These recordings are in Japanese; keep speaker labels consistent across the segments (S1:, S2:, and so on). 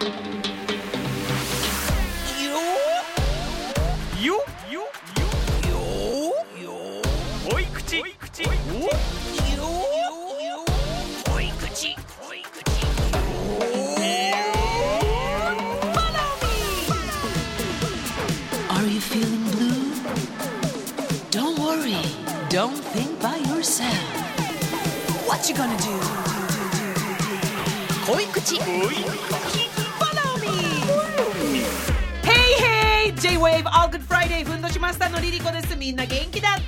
S1: 濃い口
S2: Are you feeling blue? Don't worry, don't think by yourself. What you gonna do? 濃い口 Follow me. Hey hey, J-Wave All Good Friday ふんどしマスターのリリコです。みんな元気だった？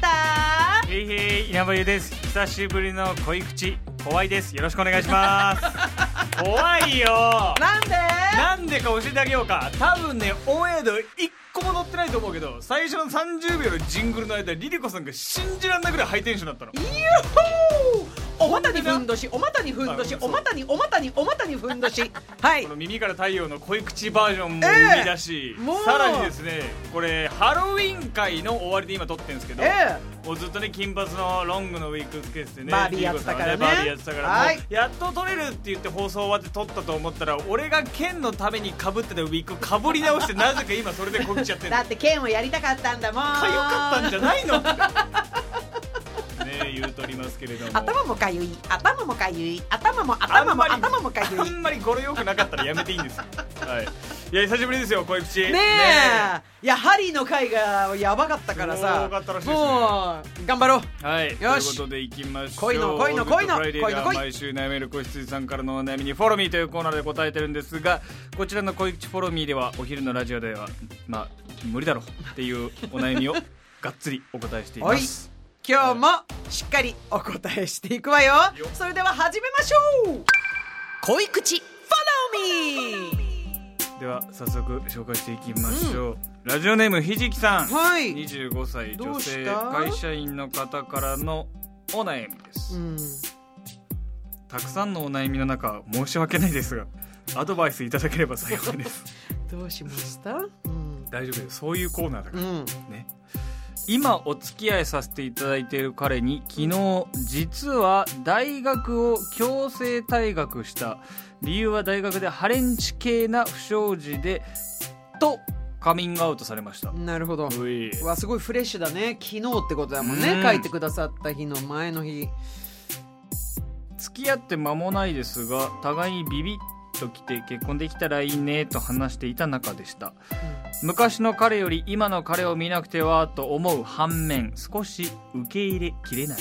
S1: へいへい、稲葉優です。久しぶりの濃い口怖いです。よろしくお願いします怖いよ。なんでか教えてあげようか。多分ね、オンエアで1個も載ってないと思うけど、最初の30秒のジングルの間、リリコさんが信じられないぐらいハイテンションだったの。
S2: ユーホー、お股にふんどし、お股にふんどし、お股にふんどしはい、
S1: この耳から太陽の濃い口バージョンも生み出し、さらにですね、これハロウィン会の終わりで今撮ってるんですけど、もうずっとね、金髪のロングのウィッグつけてね、
S2: バービーやってたからね、
S1: バービーやってたから、もうやっと撮れるって言って放送終わって撮ったと思ったら、俺がケンのために被ってたウィッグかぶり直して、なぜか今それでこびちゃってる
S2: だってケンをやりたかったんだもん。
S1: かゆかったんじゃないのね、言うとりますけれども、
S2: 頭もかゆい、頭もかゆい、頭もかゆい。
S1: あんまり語呂よくなかったらやめていいんですよはい、いや久しぶりですよ、濃い口
S2: ねえ。いや、ハリーの回がやばかったからさ、
S1: よかったらしいですね。
S2: もう頑張ろう。
S1: はい、
S2: よし、
S1: ということでいきましょう。
S2: 恋の
S1: 毎週悩める子羊さんからのお悩みにフォローミーというコーナーで答えてるんですが、こちらの恋口フォローミーではお昼のラジオではまあ無理だろっていうお悩みをがっつりお答えしています
S2: 今日もしっかりお答えしていくわよ。それでは始めましょう。恋口フォローミー
S1: では早速紹介していきましょう、ラジオネームひじきさん、
S2: はい、
S1: 25歳女性会社員の方からのお悩みです、たくさんのお悩みの中申し訳ないですがアドバイスいただければ幸いです
S2: どうしました？
S1: 大丈夫です、そういうコーナーだから、ね。今お付き合いさせていただいている彼に昨日実は大学を強制退学した、理由は大学でハレンチ系な不祥事でとカミングアウトされました。
S2: なるほど。うわ、すごいフレッシュだね。昨日ってことだもんね、書いてくださった日の前の日。
S1: 付き合って間もないですが互いにビビッと来て結婚できたらいいねと話していた中でした、昔の彼より今の彼を見なくてはと思う反面少し受け入れきれないです、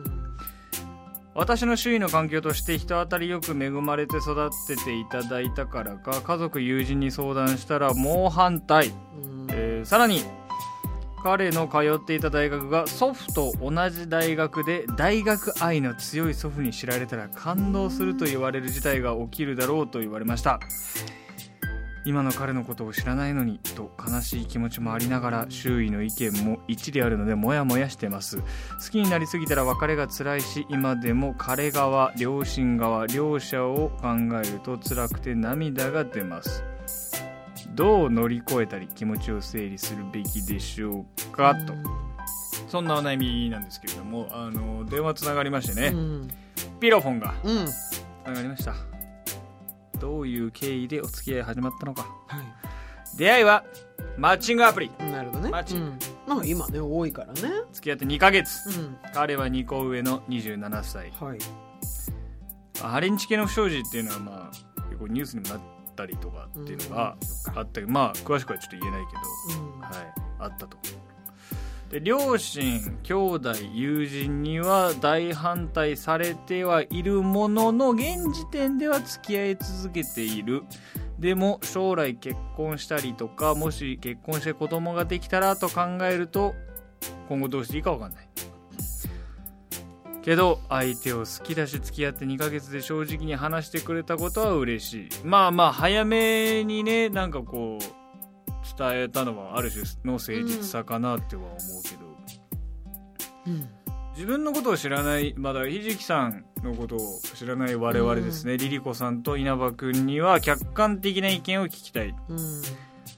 S1: 私の周囲の環境として人当たりよく恵まれて育てていただいたからか家族友人に相談したら猛反対、さらに彼の通っていた大学が祖父と同じ大学で大学愛の強い祖父に知られたら感動すると言われる事態が起きるだろうと言われました。今の彼のことを知らないのにと悲しい気持ちもありながら周囲の意見も一理あるのでモヤモヤしてます。好きになりすぎたら別れが辛いし今でも彼側両親側両者を考えると辛くて涙が出ます。どう乗り越えたり気持ちを整理するべきでしょうかと、そんなお悩みなんですけれども、電話つながりましてね、ピロフォンがつながりました、どういう経緯でお付き合い始まったのか、出会いはマッチングアプリ。
S2: なるほどね。
S1: マッチング、
S2: まあ今ね多いからね。
S1: 付き合って2ヶ月、彼は2個上の27歳、ハレンチ系の不祥事っていうのはまあ結構ニュースにもなったりとかっていうのがあったけど、まあ詳しくはちょっと言えないけど、あったと。で両親兄弟友人には大反対されてはいるものの現時点では付き合い続けている。でも将来結婚したりとかもし結婚して子供ができたらと考えると今後どうしていいか分かんないけど相手を好きだし付き合って2ヶ月で正直に話してくれたことは嬉しい。まあまあ早めにねなんかこう伝えたのはある種の誠実さかなっては思うけど、自分のことを知らないまだひじきさんのことを知らない我々ですね、リリコさんと稲葉くんには客観的な意見を聞きたい、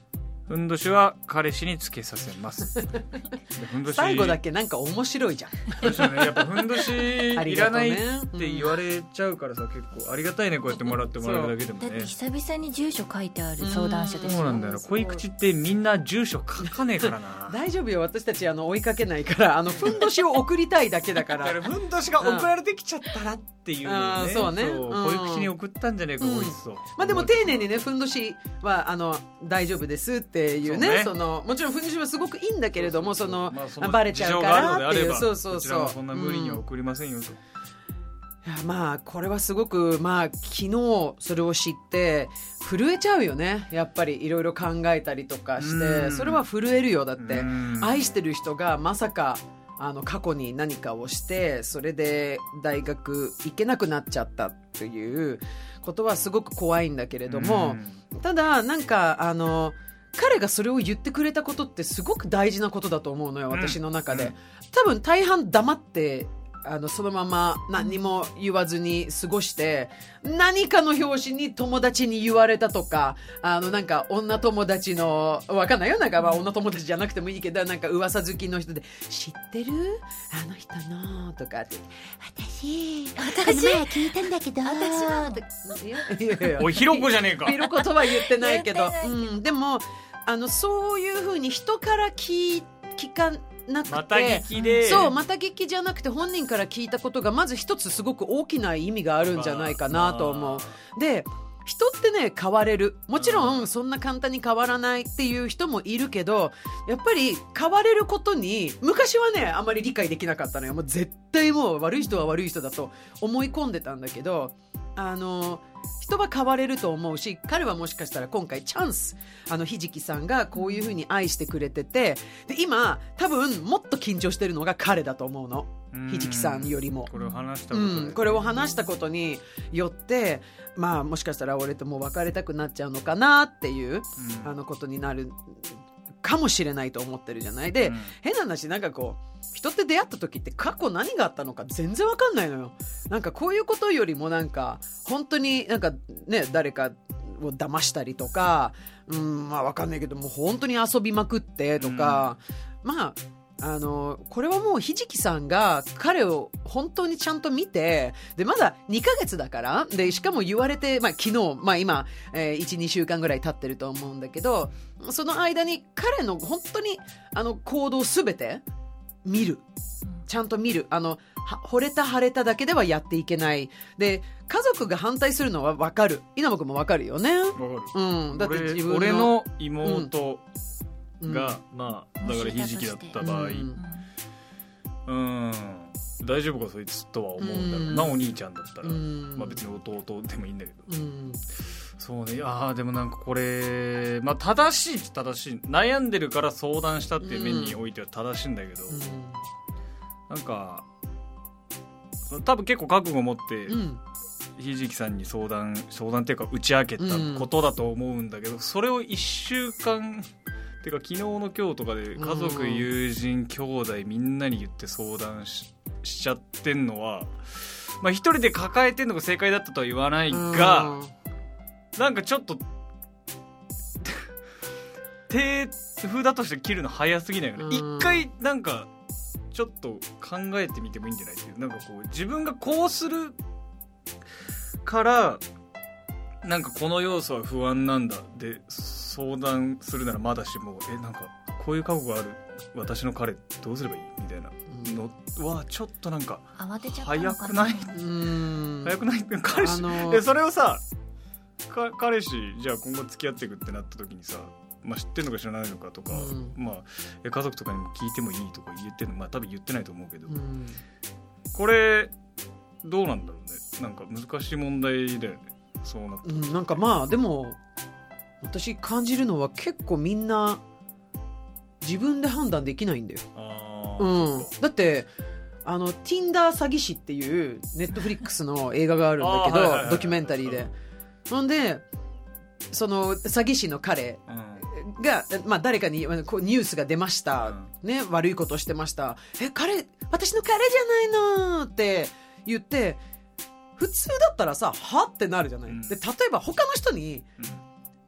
S1: ふんどしは彼氏につけさせますふんどし
S2: 最後だけなんか面白いじゃん
S1: やっぱふんどしいらないって言われちゃうからさ、結構ありがたいね、こうやってもらってもらうだけでもね。
S3: だって久々に住所書いてある相談者ですよ。
S1: そうなんだよ、恋口ってみんな住所書かねえからな
S2: 大丈夫よ、私たち追いかけないからふんどしを送りたいだけだから
S1: だからふんどしが送られてきちゃったらっていうのね、
S2: そうね、
S1: 恋口に送ったんじゃねえか、こいつと。
S2: まあでも丁寧にね、ふんどしは大丈夫ですっていうね、もちろんふんどしはすごくいいんだけれども、バレちゃうからっていう、そう
S1: こちらもそんな無理には送りませんよと。
S2: いや、まあこれはすごく、まあ昨日それを知って震えちゃうよね、やっぱりいろいろ考えたりとかして、それは震えるよ。だって愛してる人がまさか過去に何かをして、それで大学行けなくなっちゃったということはすごく怖いんだけれども、ただなんか彼がそれを言ってくれたことってすごく大事なことだと思うのよ、私の中で。多分大半黙ってそのまま何も言わずに過ごして、何かの拍子に友達に言われたとか、なんか女友達のわかんないよ、なんかまあ女友達じゃなくてもいいけど、なんか噂好きの人で知ってるあの人のとかって、私前聞いたんだけど、
S1: おいひろこじゃねえか。
S2: ひろことは言ってないけど、でもそういう風に人から聞かなくて、
S1: また聞きで、
S2: そう、また聞きじゃなくて本人から聞いたことがまず一つすごく大きな意味があるんじゃないかなと思う。で、人ってね、変われる。もちろんそんな簡単に変わらないっていう人もいるけど、やっぱり変われることに昔はね、あまり理解できなかったのよ。もう絶対もう悪い人は悪い人だと思い込んでたんだけど、人は変われると思うし、彼はもしかしたら今回チャンス、ひじきさんがこういう風に愛してくれてて、で今多分もっと緊張してるのが彼だと思うの、ひじきさんよりも。
S1: これを話したことで、
S2: これを話したことによって、まあもしかしたら俺ともう別れたくなっちゃうのかなっていう、ことになるかもしれないと思ってるじゃない。で、変な話、なんかこう人って出会った時って過去何があったのか全然わかんないのよ。なんかこういうことよりもなんか本当になんかね、誰かを騙したりとか、まあわかんないけども本当に遊びまくってとか、まあこれはもうひじきさんが彼を本当にちゃんと見て、でまだ2ヶ月だから、でしかも言われて、まあ昨日、まあ今、1,2 週間ぐらい経ってると思うんだけど、その間に彼の本当に行動すべて見る、ちゃんと見る。惚れた腫れただけではやっていけない。で家族が反対するのは分かる。稲葉君も分かるよね。
S1: 分かる。だって自分俺の妹が、まあだからひじきだった場合、大丈夫かそいつとは思うんだろうな、お兄ちゃんだったら、まあ別に弟でもいいんだけど、そうね。でもなんかこれ、まあ正しい悩んでるから相談したっていう面においては正しいんだけど、なんか多分結構覚悟を持って、ひじきさんに相談っていうか打ち明けたことだと思うんだけど、それを1週間てか昨日の今日とかで家族、友人、兄弟みんなに言って相談 しちゃってんのは、まあ一人で抱えてんのが正解だったとは言わないが、なんかちょっと手札として切るの早すぎないよね。一回なんかちょっと考えてみてもいいんじゃないっていう、なんかこう自分がこうするからなんかこの要素は不安なんだで相談するならまだしも、なんかこういう覚悟がある私の彼どうすればいいみたいなのはちょっとなんか早くない早くない彼氏、それをさ彼氏じゃあ今後付き合っていくってなった時にさ、まあ、知ってんのか知らないのかとか、まあ、家族とかにも聞いてもいいとか言ってんの、まあ多分言ってないと思うけど、これどうなんだろうね。なんか難しい問題だよね、そうなって、
S2: なんかまあでも私感じるのは結構みんな自分で判断できないんだよ。だってTinder 詐欺師っていうネットフリックスの映画があるんだけどドキュメンタリーで、ほんでその詐欺師の彼が、まあ、誰かにこうニュースが出ました、ね、悪いことしてました、私の彼じゃないのって言って、普通だったらさはってなるじゃない、で例えば他の人に、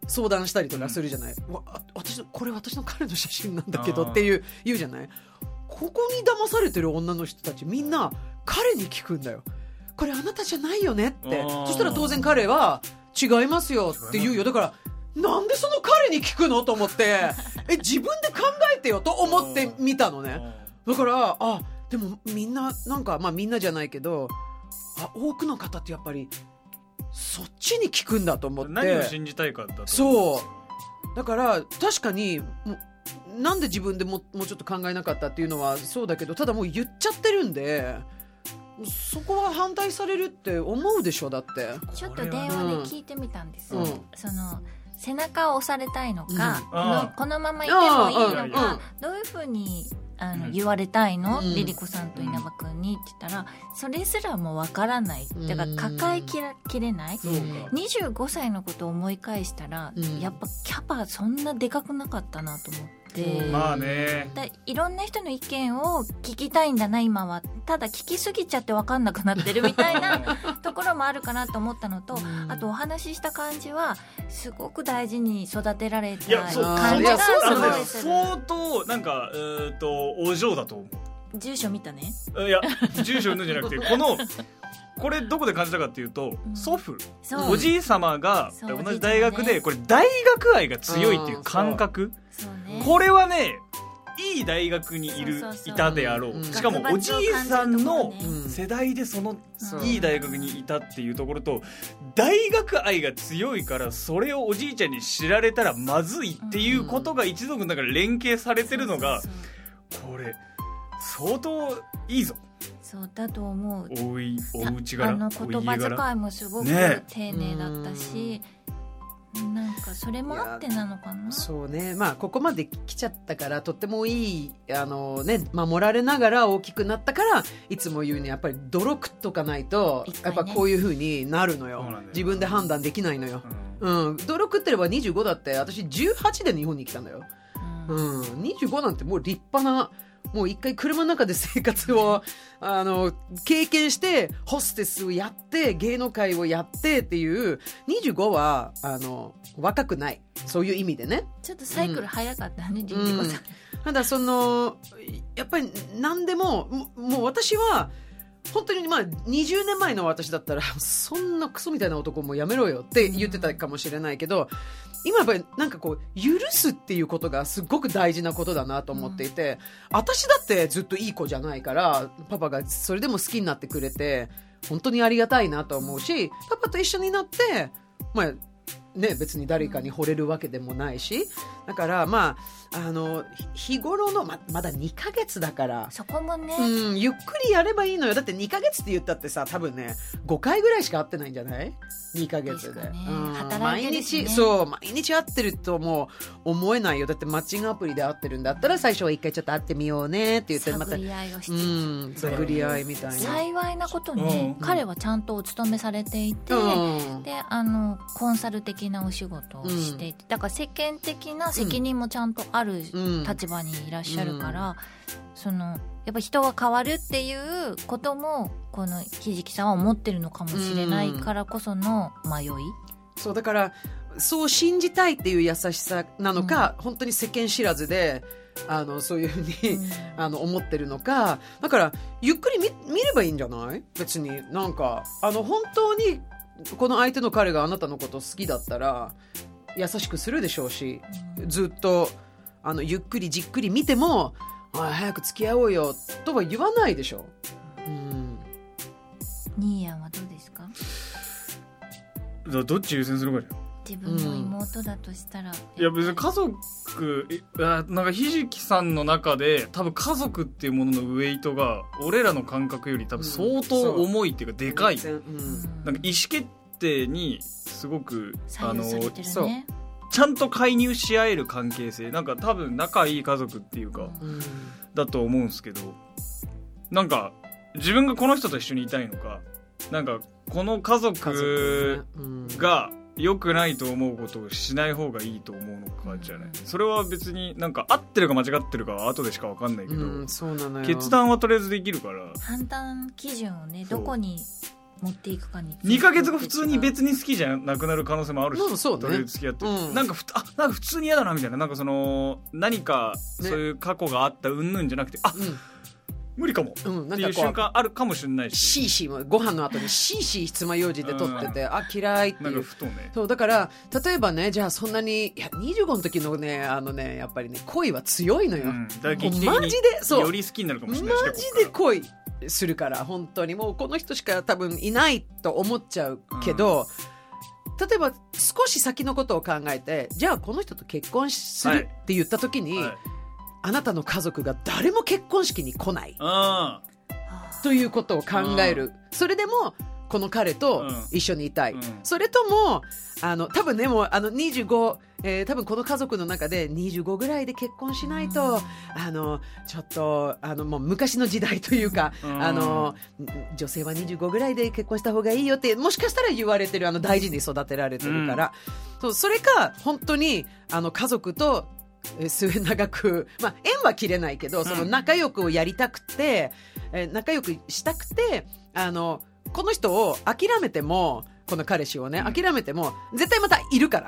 S2: 相談したりとかするじゃない、これ私の彼の写真なんだけどって言うじゃない。ここに騙されてる女の人たちみんな彼に聞くんだよ。これあなたじゃないよねって。そしたら当然彼は違いますよって言うよ。だからなんでその彼に聞くのと思って自分で考えてよと思ってみたのね。だからでもみんななんか、みんなじゃないけど多くの方ってやっぱりそっちに聞くんだと思って。
S1: 何を信じたいかだと。
S2: そうだから確かになんで自分でもうちょっと考えなかったっていうのはそうだけど、ただもう言っちゃってるんでそこは反対されるって思うでしょ。だって
S3: ちょっと電話で聞いてみたんですよ、その背中を押されたいのか、このままいてもいいのか、どういうふうに言われたいの、リリコさんと稲葉君にって言ったら、それすらもわからない。だから抱えきれない、25歳のことを思い返したら、やっぱキャパそんなでかくなかったなと思って、
S1: まあね、
S3: いろんな人の意見を聞きたいんだな今は。ただ聞きすぎちゃって分かんなくなってるみたいなところもあるかなと思ったのと、あとお話しした感じはすごく大事に育てられた感じがすごいする。
S1: 相当なんかお嬢だと思う。
S3: 住所見たね。
S1: いや住所うんぬんじゃなくてこれどこで感じたかっていうと、祖父、おじい様が同じ大学で、これ大学愛が強いっていう感覚、これはねいい大学にいたであろう。しかもおじいさんの世代でそのいい大学にいたっていうところと、大学愛が強いからそれをおじいちゃんに知られたらまずいっていうことが一族の中で連携されてるのが、これ相当いいぞ。
S3: そうだと思う。
S1: お家柄、
S3: 言葉遣いもすごく丁寧だったし、なんかそれもあってなのかな。
S2: そうね、ここまで来ちゃったからとってもいい守られながら大きくなったから、いつも言うにやっぱり泥食っとかないと、やっぱこういう風になるのよ。自分で判断できないのよ、泥食ってれば25だって。私18で日本に来たんだよ、25なんてもう立派な、もう一回車の中で生活を経験して、ホステスをやって芸能界をやってっていう、25は若くない、そういう意味でね。
S3: ちょっとサイクル早かったね、リリコさん。
S2: ただやっぱり何でももう私は本当に20年前の私だったらそんなクソみたいな男もやめろよって言ってたかもしれないけど、今やっぱりなんかこう許すっていうことがすごく大事なことだなと思っていて、私だってずっといい子じゃないから、パパがそれでも好きになってくれて本当にありがたいなと思うし、パパと一緒になって別に誰かに惚れるわけでもないし、だから日頃のまだ2ヶ月だから、
S3: そこもね、
S2: ゆっくりやればいいのよ。だって2ヶ月って言ったってさ、多分ね5回ぐらいしか会ってないんじゃない？ 2 ヶ月で、
S3: 働いてるしね、
S2: 毎日会ってるともう思えないよ。だってマッチングアプリで会ってるんだったら、最初は1回ちょっと会ってみようねって言って、また
S3: 探り合いをして、
S2: 探り合いみたいな。
S3: 幸いなことに、彼はちゃんとお勤めされていて、でコンサル的なお仕事をしていて、だから世間的な責任もちゃんとある立場にいらっしゃるから、やっぱ人が変わるっていうこともこのひじきさんは思ってるのかもしれないからこその迷い。
S2: そうだからそう信じたいっていう優しさなのか、本当に世間知らずでそういうふうに思ってるのか。だからゆっくり 見ればいいんじゃない？別になんか本当にこの相手の彼があなたのこと好きだったら優しくするでしょうし、ずっとゆっくりじっくり見ても早く付き合おうよとは言わないでしょ。
S3: ニーヤンはどうですか？
S1: どっち優先するかじゃん。
S3: 自分の妹だとしたら、
S1: いや別に家族なんかひじきさんの中で多分家族っていうもののウェイトが俺らの感覚より多分相当重いっていうかでかい、なんか意思決定にすごく
S3: 左右されてるね。
S1: ちゃんと介入し合える関係性、なんか多分仲いい家族っていうか、だと思うんですけど、なんか自分がこの人と一緒にいたいのか、なんかこの家族が良くないと思うことをしない方がいいと思うのかじゃない。それは別になんか合ってるか間違ってるかは後でしか分かんないけど、
S2: そうなのよ。
S1: 決断はとりあえずできるから、
S3: 判断基準をね、どこに持っていくかに
S1: 2ヶ月後普通に別に好きじゃなくなる可能性もあるし、
S2: そうね、
S1: とりあえず付き合って、なんか普通に嫌だなみたいな、なんかその何かそういう過去があったうんぬんじゃなくて、無理かもっていう瞬間あるかもしれないし、
S2: シーシーもご飯の後にシーシー爪楊枝で取ってて、嫌いっていう。
S1: なんかふとね。
S2: そうだから例えばね、じゃあそんなに25の時のねやっぱりね恋は強いのよ。
S1: だから劇的により好きになるかもしれないし、
S2: マジで恋するから本当にもうこの人しか多分いないと思っちゃうけど。例えば少し先のことを考えて、じゃあこの人と結婚するって言った時に、あなたの家族が誰も結婚式に来ないということを考える。それでもこの彼と一緒にいたい。それとも多分ね、もう25、多分この家族の中で25ぐらいで結婚しないと、ちょっともう昔の時代というか、女性は25ぐらいで結婚した方がいいよってもしかしたら言われてる、大事に育てられてるから、それか本当に家族と末永く、縁は切れないけど、その仲良くをやりたくて、仲良くしたくて、この人を諦めても、この彼氏をね、諦めても絶対またいるから、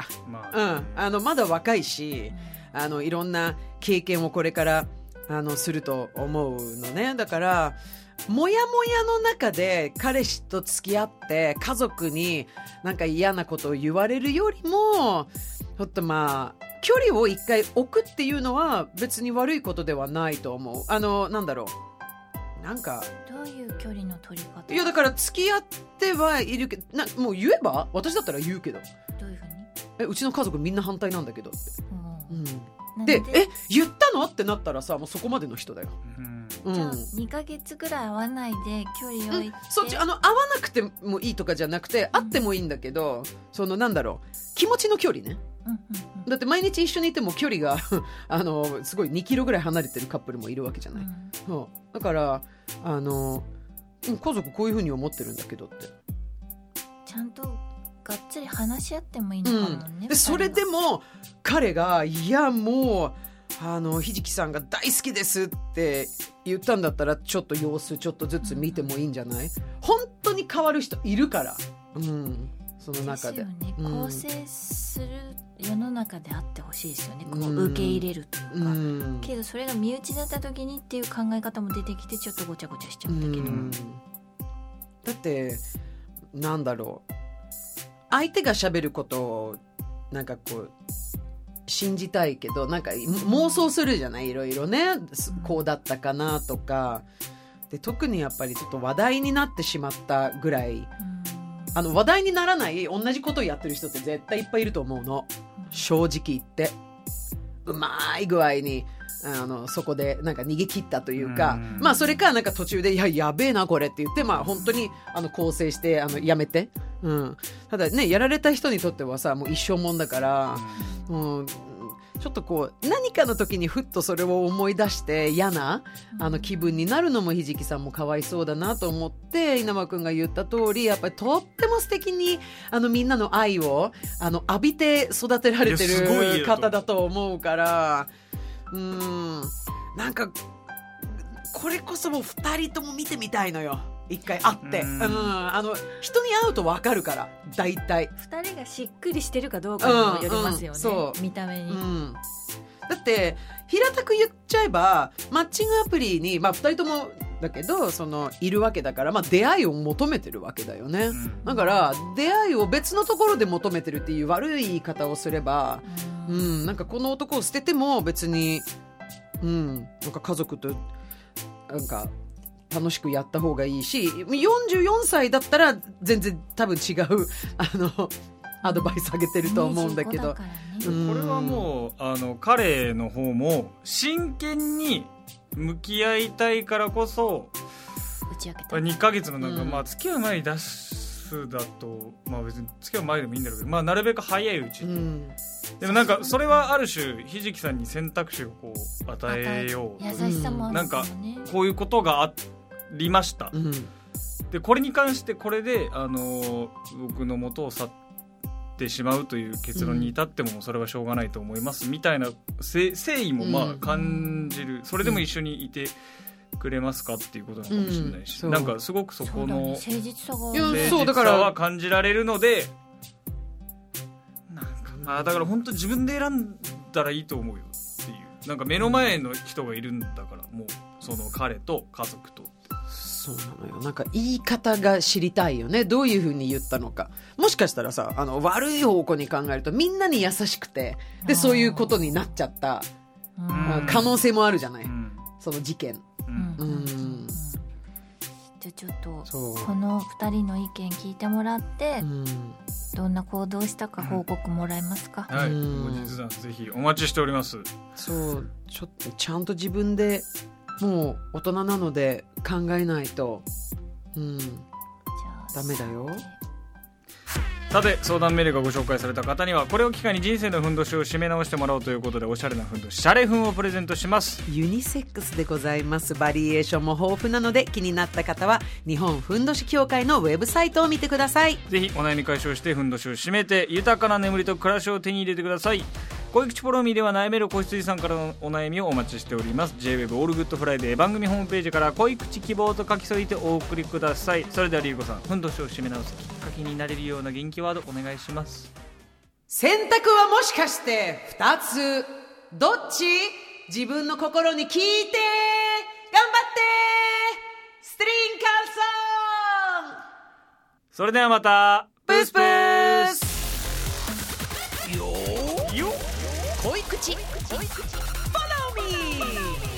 S2: まだ若いし、いろんな経験をこれからすると思うのね。だからもやもやの中で彼氏と付き合って家族になんか嫌なことを言われるよりも、ちょっと距離を一回置くっていうのは別に悪いことではないと思う。なんだろう、なんか
S3: どういう距離の取り方？
S2: いやだから付き合ってはいるけど、もう言えば、私だったら言うけど、
S3: どういうふうに、
S2: うちの家族みんな反対なんだけどって、で言ったのってなったらさ、もうそこまでの人だよ。
S3: じゃあ2ヶ月ぐらい会わないで距離を置いて、
S2: そっち会わなくてもいいとかじゃなくて、会ってもいいんだけど、そのなんだろう、気持ちの距離ね。だって毎日一緒にいても距離がすごい2キロぐらい離れてるカップルもいるわけじゃない。だから家族こういうふうに思ってるんだけどって、
S3: ちゃんとがっつり話し合ってもいいのかもね。
S2: でそれでも彼がいやもうひじきさんが大好きですって言ったんだったら、ちょっと様子ちょっとずつ見てもいいんじゃない？本当に変わる人いるから、その中で
S3: ですよね。更生する世の中であってほしいですよね。こう受け入れるというか、けどそれが身内だった時にっていう考え方も出てきて、ちょっとごちゃごちゃしちゃうんだけど、
S2: だってなんだろう、相手が喋ることをなんかこう信じたいけど、なんか妄想するじゃない、いろいろね、こうだったかなとかで、特にやっぱりちょっと話題になってしまったぐらい、話題にならない同じことをやってる人って絶対いっぱいいると思うの、正直言って。うまい具合にそこでなんか逃げ切ったというか、それかなんか途中でやべえなこれって言って、本当に更生してやめて、ただね、やられた人にとってはさ、もう一生もんだから、ちょっとこう何かの時にふっとそれを思い出して嫌な気分になるのもひじきさんもかわいそうだなと思って、稲葉くんが言った通り、やっぱりとっても素敵にみんなの愛を浴びて育てられてる方だと思うから、なんかこれこそもう2人とも見てみたいのよ、一回会って。人に会うと分かるから、大体
S3: 2人がしっくりしてるかどうかにもよりますよね、見た目に、
S2: だって平たく言っちゃえば、マッチングアプリに、2人ともだけどいるわけだから、出会いを求めてるわけだよね、だから出会いを別のところで求めてるっていう悪い言い方をすれば、なんかこの男を捨てても別に、なんか家族となんか楽しくやった方がいいし、44歳だったら全然多分違うアドバイスあげてると思うんだけど、
S1: これはもう彼の方も真剣に向き合いたいからこそ
S3: 打ち明けた
S1: 2ヶ月のなんか、付き合う前に出すだと、別に付き合う前でもいいんだろうけど、なるべく早いうちに、でもなんかそれはある種ひじきさんに選択肢をこう与えようと、
S3: 優しさもある
S1: なんかこういうことがありました、でこれに関してこれで僕の元を去ってしまうという結論に至ってもそれはしょうがないと思いますみたいな誠意も感じる、それでも一緒にいてくれますかっていうことなのかもしれないし、なんかすごくそこの
S3: 誠実さが
S1: は感じられるので、なんかだから本当自分で選んだらいいと思うよっていう、なんか目の前の人がいるんだから、もうその彼と家族と。
S2: そうなのよ。なんか言い方が知りたいよね。どういうふうに言ったのか。もしかしたらさ、悪い方向に考えるとみんなに優しくて、でそういうことになっちゃった可能性もあるじゃない、その事件。
S3: じゃあちょっとこの2人の意見聞いてもらって、どんな行動したか報告もらえますか？
S1: はい、後日談ぜひお待ちしております。
S2: そう、ちょっとちゃんと自分でもう大人なので考えないと、ダメだよ。
S1: さて、相談メールがご紹介された方にはこれを機会に人生のふんどしを締め直してもらおうということで、おしゃれなふんどしシャレふんをプレゼントします。
S2: ユニセックスでございます。バリエーションも豊富なので、気になった方は日本ふんどし協会のウェブサイトを見てください。
S1: ぜひお悩み解消してふんどしを締めて豊かな眠りと暮らしを手に入れてください。恋口ポロミでは悩める子羊さんからのお悩みをお待ちしております。 J-WEB オールグッドフライデー番組ホームページから恋口希望と書き添えてお送りください。それではリリコさん、ふんどしを締め直すきっかけになれるような元気ワードお願いします。
S2: 選択はもしかして2つ、どっち？自分の心に聞いて頑張ってストリンカーソン。
S1: それではまた。
S2: プースプース。
S1: よ
S2: 恋口 Follow me。